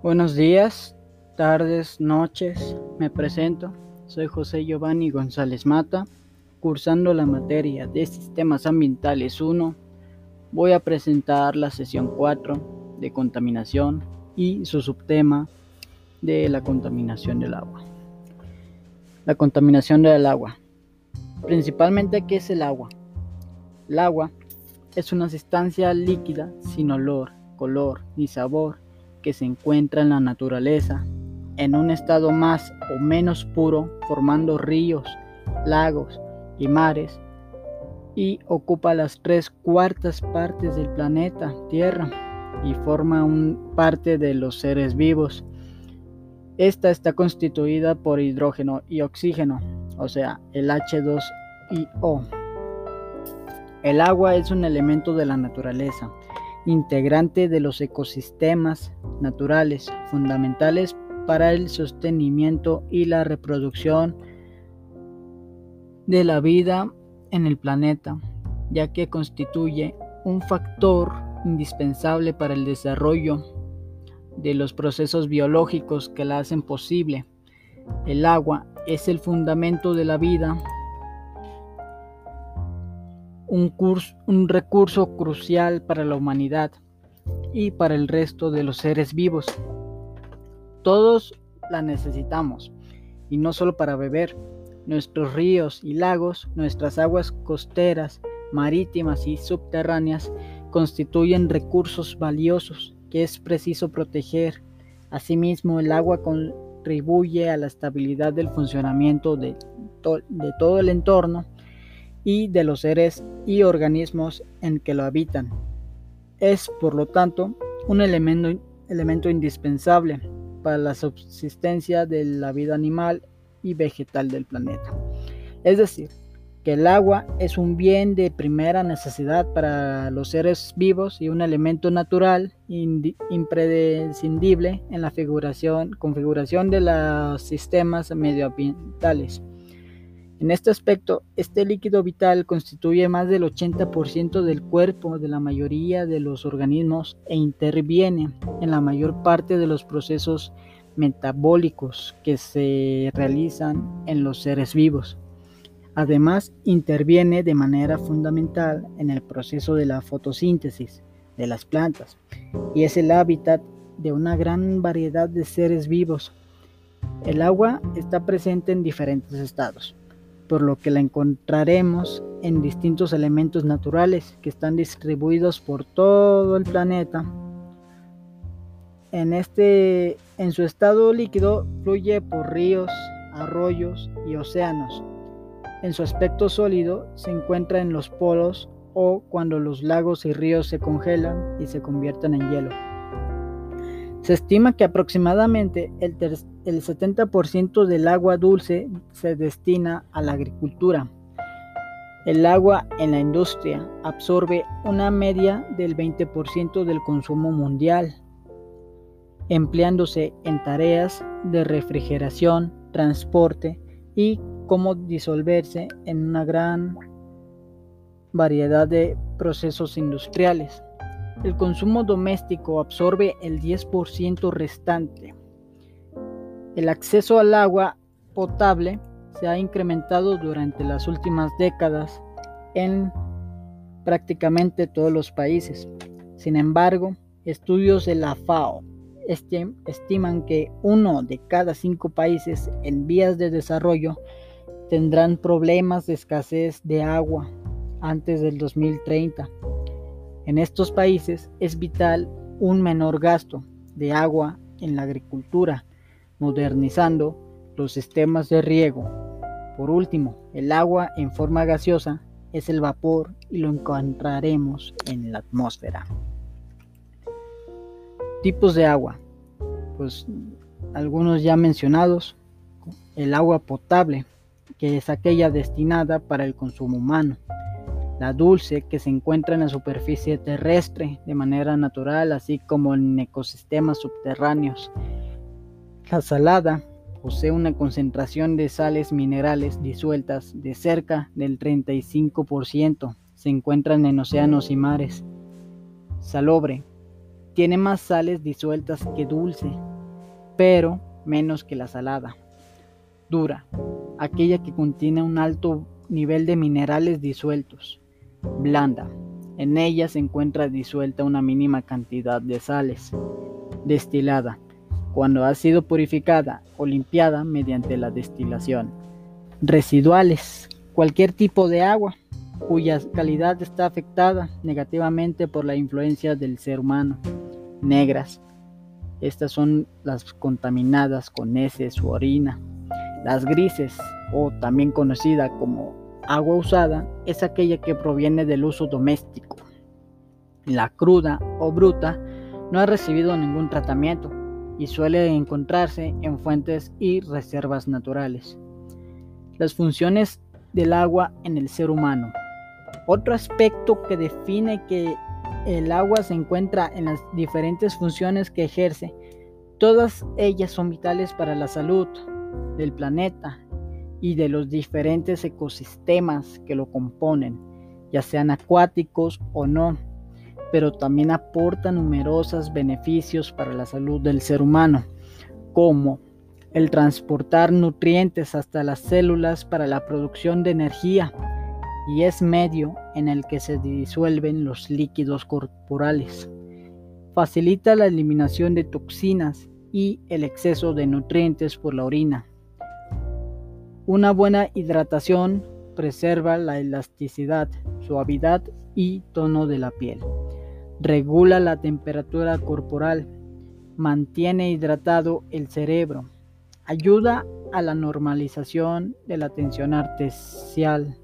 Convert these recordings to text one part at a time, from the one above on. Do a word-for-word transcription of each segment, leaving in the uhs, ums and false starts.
Buenos días, tardes, noches. Me presento. Soy José Giovanni González Mata, cursando la materia de Sistemas Ambientales uno. Voy a presentar la sesión cuatro de contaminación y su subtema de la contaminación del agua. La contaminación del agua. Principalmente, ¿qué es el agua? El agua es una sustancia líquida sin olor, color ni sabor que se encuentra en la naturaleza en un estado más o menos puro, formando ríos, lagos y mares, y ocupa las tres cuartas partes del planeta Tierra y forma un parte de los seres vivos. Esta está constituida por hidrógeno y oxígeno, o sea, el hache dos o. El agua es un elemento de la naturaleza, integrante de los ecosistemas naturales, fundamentales para el sostenimiento y la reproducción de la vida en el planeta, ya que constituye un factor indispensable para el desarrollo de los procesos biológicos que la hacen posible. El agua es el fundamento de la vida, un, curso, un recurso crucial para la humanidad y para el resto de los seres vivos. Todos la necesitamos, y no solo para beber. Nuestros ríos y lagos, nuestras aguas costeras, marítimas y subterráneas constituyen recursos valiosos que es preciso proteger. Asimismo, el agua contribuye a la estabilidad del funcionamiento de, to- de todo el entorno y de los seres y organismos en que lo habitan. Es, por lo tanto, un elemento, elemento indispensable para la subsistencia de la vida animal y vegetal del planeta. Es decir, que el agua es un bien de primera necesidad para los seres vivos y un elemento natural imprescindible en la figuración, configuración de los sistemas medioambientales. En este aspecto, este líquido vital constituye más del ochenta por ciento del cuerpo de la mayoría de los organismos e interviene en la mayor parte de los procesos metabólicos que se realizan en los seres vivos. Además, interviene de manera fundamental en el proceso de la fotosíntesis de las plantas y es el hábitat de una gran variedad de seres vivos. El agua está presente en diferentes estados, por lo que la encontraremos en distintos elementos naturales que están distribuidos por todo el planeta. En, este, en su estado líquido fluye por ríos, arroyos y océanos. En su aspecto sólido se encuentra en los polos o cuando los lagos y ríos se congelan y se convierten en hielo. Se estima que aproximadamente el, ter- el setenta por ciento del agua dulce se destina a la agricultura. El agua en la industria absorbe una media del veinte por ciento del consumo mundial, empleándose en tareas de refrigeración, transporte y cómo disolverse en una gran variedad de procesos industriales. El consumo doméstico absorbe el diez por ciento restante. El acceso al agua potable se ha incrementado durante las últimas décadas en prácticamente todos los países. Sin embargo, estudios de la FAO estiman que uno de cada cinco países en vías de desarrollo tendrán problemas de escasez de agua antes del dos mil treinta. En estos países es vital un menor gasto de agua en la agricultura, modernizando los sistemas de riego. Por último, el agua en forma gaseosa es el vapor y lo encontraremos en la atmósfera. Tipos de agua, pues algunos ya mencionados. El agua potable, que es aquella destinada para el consumo humano. La dulce, que se encuentra en la superficie terrestre de manera natural, así como en ecosistemas subterráneos. La salada posee una concentración de sales minerales disueltas de cerca del treinta y cinco por ciento. Se encuentran en océanos y mares. Salobre tiene más sales disueltas que dulce, pero menos que la salada. Dura, aquella que contiene un alto nivel de minerales disueltos. Blanda, en ella se encuentra disuelta una mínima cantidad de sales. Destilada, cuando ha sido purificada o limpiada mediante la destilación. Residuales, cualquier tipo de agua cuya calidad está afectada negativamente por la influencia del ser humano. Negras, estas son las contaminadas con heces u orina. Las grises, o también conocida como agua usada, es aquella que proviene del uso doméstico. La cruda o bruta no ha recibido ningún tratamiento y suele encontrarse en fuentes y reservas naturales. Las funciones del agua en el ser humano. Otro aspecto que define que el agua se encuentra en las diferentes funciones que ejerce. Todas ellas son vitales para la salud del planeta y de los diferentes ecosistemas que lo componen, ya sean acuáticos o no, pero también aporta numerosos beneficios para la salud del ser humano, como el transportar nutrientes hasta las células para la producción de energía, y es medio en el que se disuelven los líquidos corporales. Facilita la eliminación de toxinas y el exceso de nutrientes por la orina. Una buena hidratación preserva la elasticidad, suavidad y tono de la piel. Regula la temperatura corporal. Mantiene hidratado el cerebro. Ayuda a la normalización de la tensión arterial.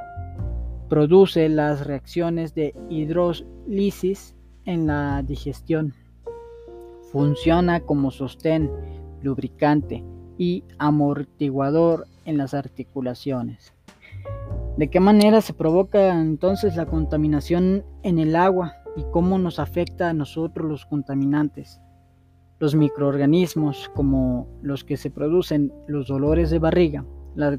Produce las reacciones de hidrólisis en la digestión. Funciona como sostén, lubricante y amortiguador en las articulaciones. ¿De qué manera se provoca entonces la contaminación en el agua y cómo nos afecta a nosotros los contaminantes? Los microorganismos, como los que se producen los dolores de barriga, las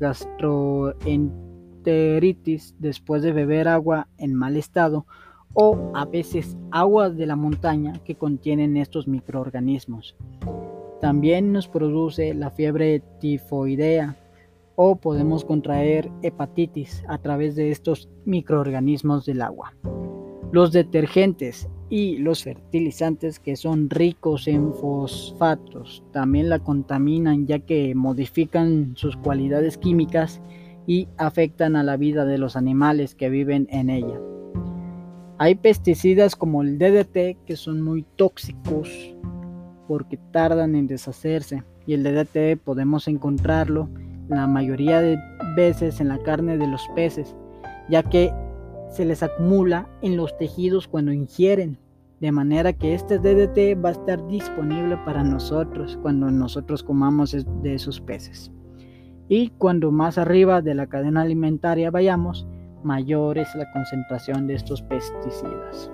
gastroenteritis después de beber agua en mal estado, o a veces agua de la montaña que contienen estos microorganismos. También nos produce la fiebre tifoidea o podemos contraer hepatitis a través de estos microorganismos del agua. Los detergentes y los fertilizantes que son ricos en fosfatos también la contaminan, ya que modifican sus cualidades químicas y afectan a la vida de los animales que viven en ella. Hay pesticidas como el D D T que son muy tóxicos porque tardan en deshacerse, y el D D T podemos encontrarlo la mayoría de veces en la carne de los peces, ya que se les acumula en los tejidos cuando ingieren, de manera que este D D T va a estar disponible para nosotros cuando nosotros comamos de esos peces. Y cuando más arriba de la cadena alimentaria vayamos, mayor es la concentración de estos pesticidas.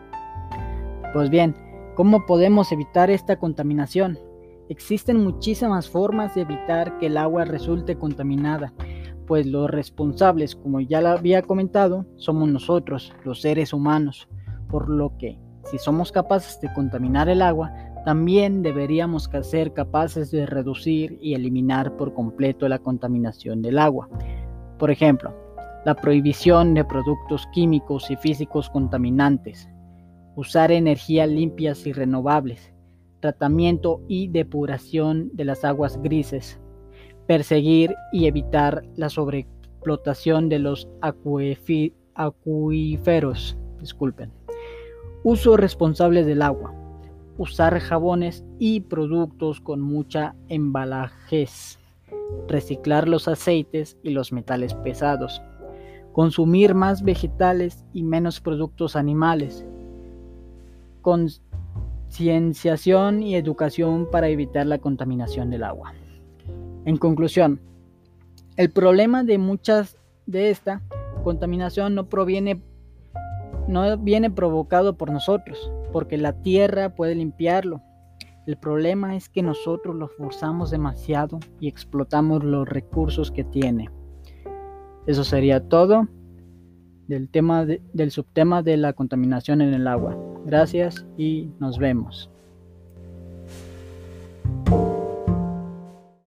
Pues bien, ¿cómo podemos evitar esta contaminación? Existen muchísimas formas de evitar que el agua resulte contaminada, pues los responsables, como ya lo había comentado, somos nosotros, los seres humanos, por lo que si somos capaces de contaminar el agua, también deberíamos ser capaces de reducir y eliminar por completo la contaminación del agua. Por ejemplo, la prohibición de productos químicos y físicos contaminantes, usar energías limpias y renovables, tratamiento y depuración de las aguas grises, perseguir y evitar la sobreexplotación de los acuíferos, disculpen, uso responsable del agua, usar jabones y productos con mucha embalajes, reciclar los aceites y los metales pesados, consumir más vegetales y menos productos animales, concienciación y educación para evitar la contaminación del agua. En conclusión, el problema de muchas de esta contaminación no proviene, no viene provocado por nosotros, porque la tierra puede limpiarlo. El problema es que nosotros lo forzamos demasiado y explotamos los recursos que tiene. Eso sería todo del tema de, del subtema de la contaminación en el agua. Gracias y nos vemos.